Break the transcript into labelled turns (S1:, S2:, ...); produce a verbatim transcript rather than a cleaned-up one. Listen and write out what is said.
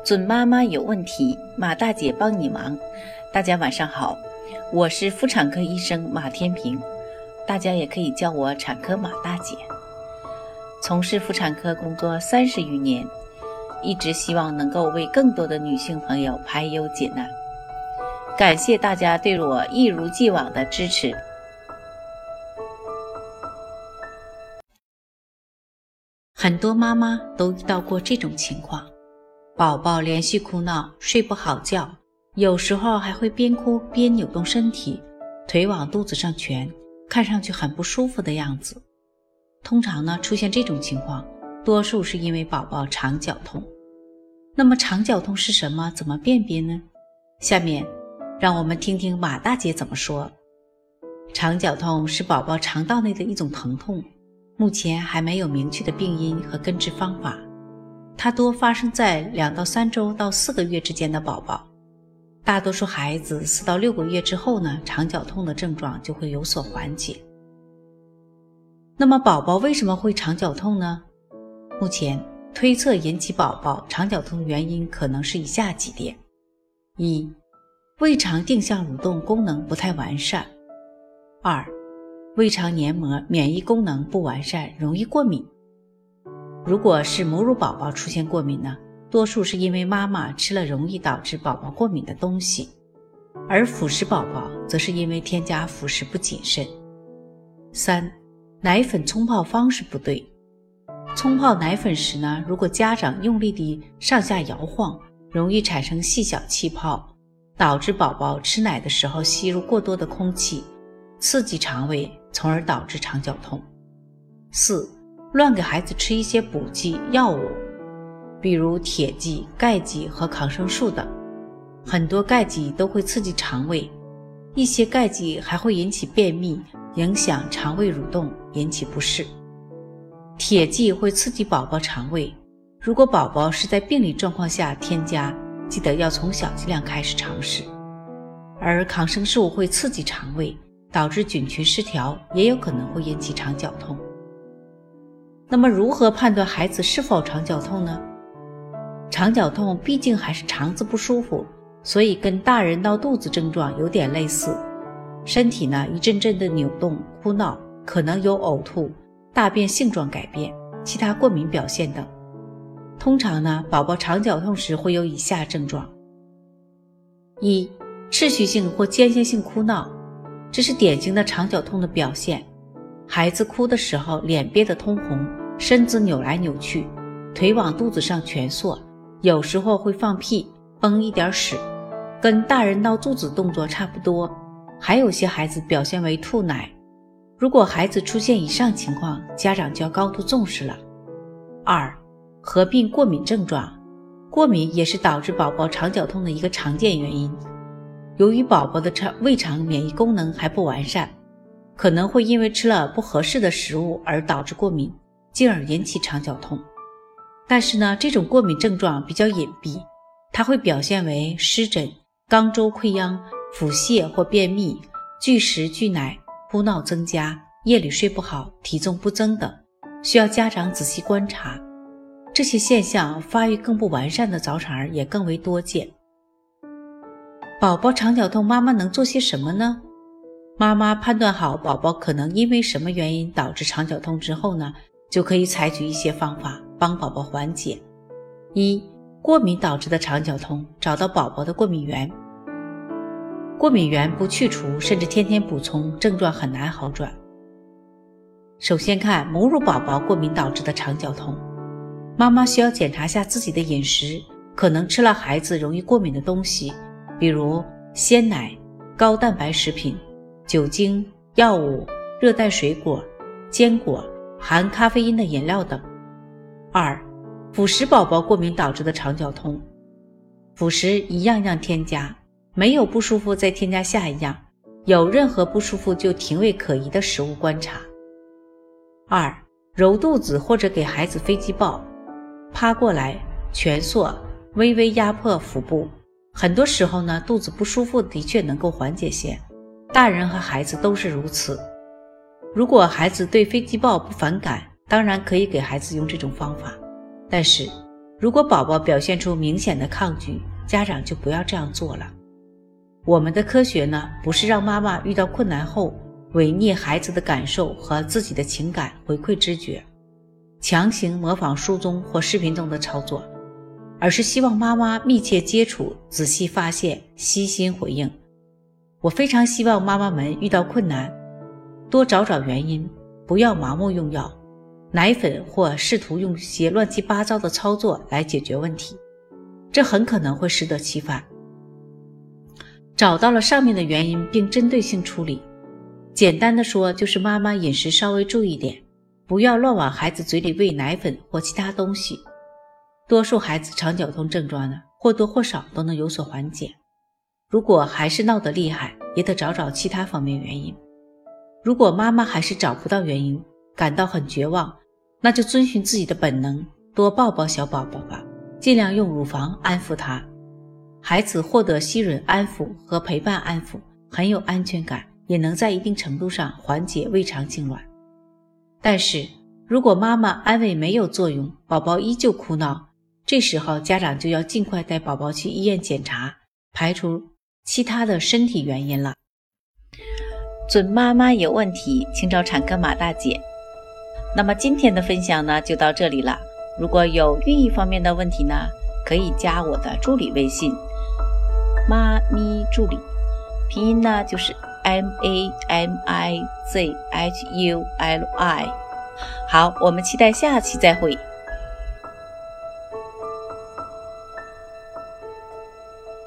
S1: 准妈妈有问题，马大姐帮你忙。大家晚上好，我是妇产科医生马天平，大家也可以叫我产科马大姐。从事妇产科工作三十余年，一直希望能够为更多的女性朋友排忧解难。感谢大家对我一如既往的支持。很多妈妈都遇到过这种情况，宝宝连续哭闹，睡不好觉，有时候还会边哭边扭动身体，腿往肚子上蜷，看上去很不舒服的样子。通常呢，出现这种情况，多数是因为宝宝肠绞痛。那么肠绞痛是什么？怎么辨别呢？下面让我们听听马大姐怎么说。肠绞痛是宝宝肠道内的一种疼痛，目前还没有明确的病因和根治方法。它多发生在两到三周到四个月之间的宝宝，大多数孩子四到六个月之后呢，肠绞痛的症状就会有所缓解。那么宝宝为什么会肠绞痛呢？目前推测引起宝宝肠绞痛的原因可能是以下几点：一、胃肠定向蠕动功能不太完善；二、胃肠黏膜免疫功能不完善，容易过敏。如果是母乳宝宝出现过敏呢，多数是因为妈妈吃了容易导致宝宝过敏的东西，而辅食宝宝则是因为添加辅食不谨慎。三、奶粉冲泡方式不对。冲泡奶粉时呢，如果家长用力地上下摇晃，容易产生细小气泡，导致宝宝吃奶的时候吸入过多的空气，刺激肠胃，从而导致肠绞痛。四、乱给孩子吃一些补剂药物，比如铁剂、钙剂和抗生素等。很多钙剂都会刺激肠胃，一些钙剂还会引起便秘，影响肠胃蠕动，引起不适。铁剂会刺激宝宝肠胃，如果宝宝是在病理状况下添加，记得要从小剂量开始尝试。而抗生素会刺激肠胃，导致菌群失调，也有可能会引起肠绞痛。那么如何判断孩子是否肠绞痛呢？肠绞痛毕竟还是肠子不舒服，所以跟大人闹肚子症状有点类似。身体呢一阵阵的扭动、哭闹，可能有呕吐、大便性状改变、其他过敏表现等。通常呢，宝宝肠绞痛时会有以下症状：一、持续性或间歇性哭闹，这是典型的肠绞痛的表现。孩子哭的时候脸憋得通红，身子扭来扭去，腿往肚子上蜷缩，有时候会放屁，崩一点屎，跟大人闹肚子动作差不多。还有些孩子表现为吐奶。如果孩子出现以上情况，家长就要高度重视了。二、合并过敏症状，过敏也是导致宝宝肠绞痛的一个常见原因。由于宝宝的胃肠免疫功能还不完善，可能会因为吃了不合适的食物而导致过敏，进而引起肠绞痛。但是呢，这种过敏症状比较隐蔽，它会表现为湿疹、肛周溃疡、腹泻或便秘、拒食拒奶、哭闹增加、夜里睡不好、体重不增等，需要家长仔细观察。这些现象发育更不完善的早产儿也更为多见。宝宝肠绞痛，妈妈能做些什么呢？妈妈判断好宝宝可能因为什么原因导致肠绞痛之后呢，就可以采取一些方法帮宝宝缓解。一、过敏导致的肠绞痛，找到宝宝的过敏源。过敏源不去除，甚至天天补充，症状很难好转。首先看母乳宝宝过敏导致的肠绞痛，妈妈需要检查下自己的饮食，可能吃了孩子容易过敏的东西，比如鲜奶、高蛋白食品、酒精、药物、热带水果、坚果、含咖啡因的饮料等。二、辅食宝宝过敏导致的肠绞痛，辅食一样样添加，没有不舒服再添加下一样，有任何不舒服就停位可疑的食物观察。二、揉肚子或者给孩子飞机抱，趴过来蜷缩，微微压迫腹部，很多时候呢，肚子不舒服的确能够缓解些，大人和孩子都是如此。如果孩子对飞机抱不反感，当然可以给孩子用这种方法，但是如果宝宝表现出明显的抗拒，家长就不要这样做了。我们的科学呢，不是让妈妈遇到困难后违逆孩子的感受和自己的情感回馈知觉，强行模仿书中或视频中的操作，而是希望妈妈密切接触，仔细发现，悉心回应。我非常希望妈妈们遇到困难，多找找原因，不要盲目用药、奶粉或试图用些乱七八糟的操作来解决问题，这很可能会适得其反。找到了上面的原因并针对性处理，简单的说就是妈妈饮食稍微注意点，不要乱往孩子嘴里喂奶粉或其他东西。多数孩子肠绞痛症状呢，或多或少都能有所缓解。如果还是闹得厉害，也得找找其他方面原因。如果妈妈还是找不到原因，感到很绝望，那就遵循自己的本能，多抱抱小宝宝吧，尽量用乳房安抚他。孩子获得吸吮安抚和陪伴安抚，很有安全感，也能在一定程度上缓解胃肠痉挛。但是如果妈妈安慰没有作用，宝宝依旧哭闹，这时候家长就要尽快带宝宝去医院检查，排除其他的身体原因了。准妈妈有问题，请找产科马大姐。那么今天的分享呢，就到这里了。如果有孕育方面的问题呢，可以加我的助理微信妈咪助理，拼音呢就是 M A M I Z H U L I。 好，我们期待下期再会。